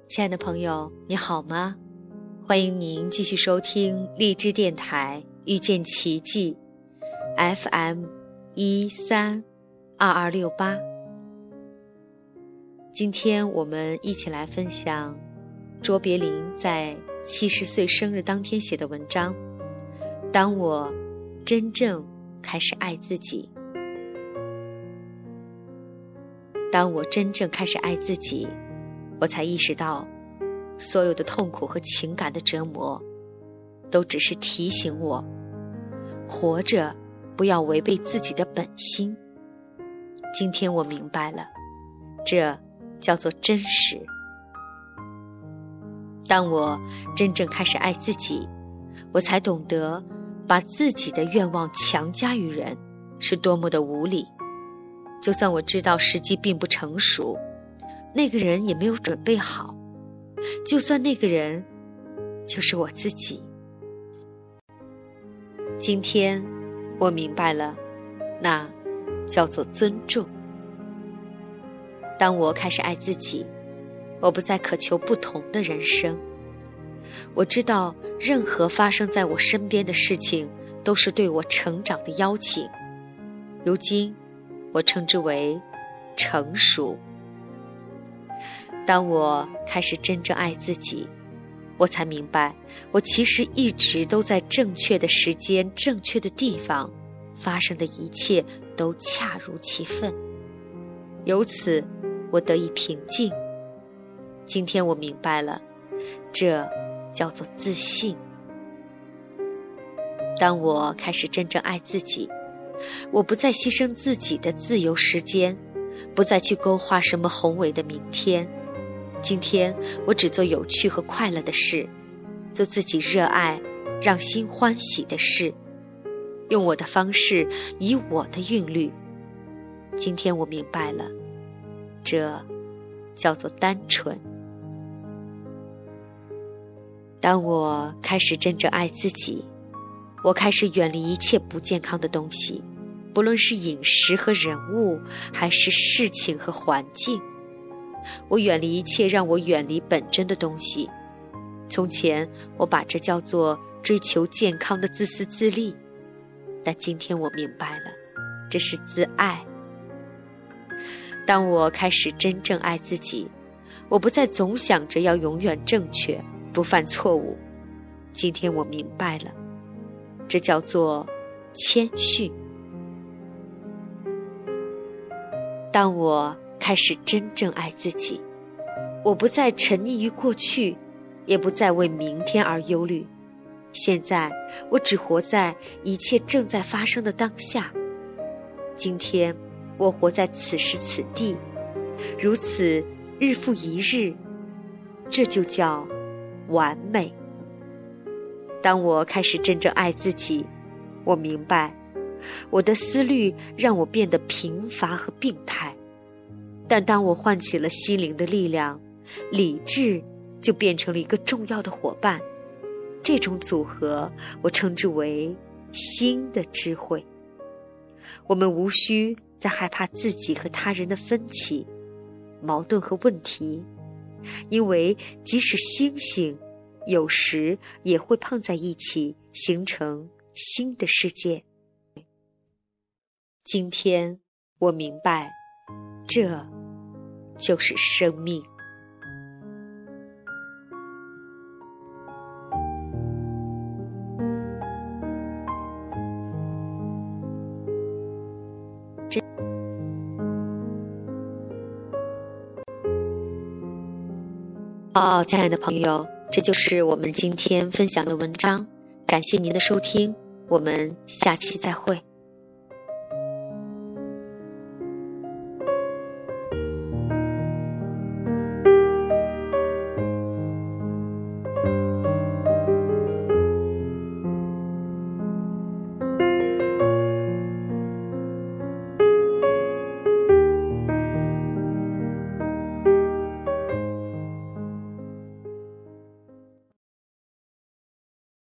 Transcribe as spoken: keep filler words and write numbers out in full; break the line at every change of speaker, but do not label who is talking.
亲爱的朋友，你好吗？欢迎您继续收听荔枝电台遇见奇迹 F M 一三二二六八。今天我们一起来分享卓别林在七十岁生日当天写的文章。当我真正开始爱自己，当我真正开始爱自己，我才意识到，所有的痛苦和情感的折磨，都只是提醒我，活着不要违背自己的本心。今天我明白了，这叫做真实。当我真正开始爱自己，我才懂得把自己的愿望强加于人是多么的无理。就算我知道时机并不成熟，那个人也没有准备好，就算那个人就是我自己。今天我明白了，那叫做尊重。当我开始爱自己，我不再渴求不同的人生。我知道任何发生在我身边的事情都是对我成长的邀请，如今我称之为成熟。当我开始真正爱自己，我才明白，我其实一直都在正确的时间、正确的地方，发生的一切都恰如其分。由此，我得以平静。今天我明白了，这叫做自信。当我开始真正爱自己，我不再牺牲自己的自由时间，不再去勾画什么宏伟的明天。今天我只做有趣和快乐的事，做自己热爱、让心欢喜的事，用我的方式，以我的韵律。今天我明白了，这叫做单纯。当我开始真正爱自己，我开始远离一切不健康的东西，不论是饮食和人物，还是事情和环境。我远离一切让我远离本真的东西。从前我把这叫做追求健康的自私自利，但今天我明白了，这是自爱。当我开始真正爱自己，我不再总想着要永远正确，不犯错误。今天我明白了，这叫做谦逊。当我开始真正爱自己，我不再沉溺于过去，也不再为明天而忧虑。现在我只活在一切正在发生的当下。今天我活在此时此地，如此日复一日，这就叫完美。当我开始真正爱自己，我明白，我的思虑让我变得贫乏和病态，但当我唤起了心灵的力量，理智就变成了一个重要的伙伴。这种组合我称之为新的智慧。我们无需再害怕自己和他人的分歧、矛盾和问题，因为即使星星有时也会碰在一起，形成新的世界。今天我明白，这就是生命。好，亲爱的朋友，这就是我们今天分享的文章。感谢您的收听，我们下期再会。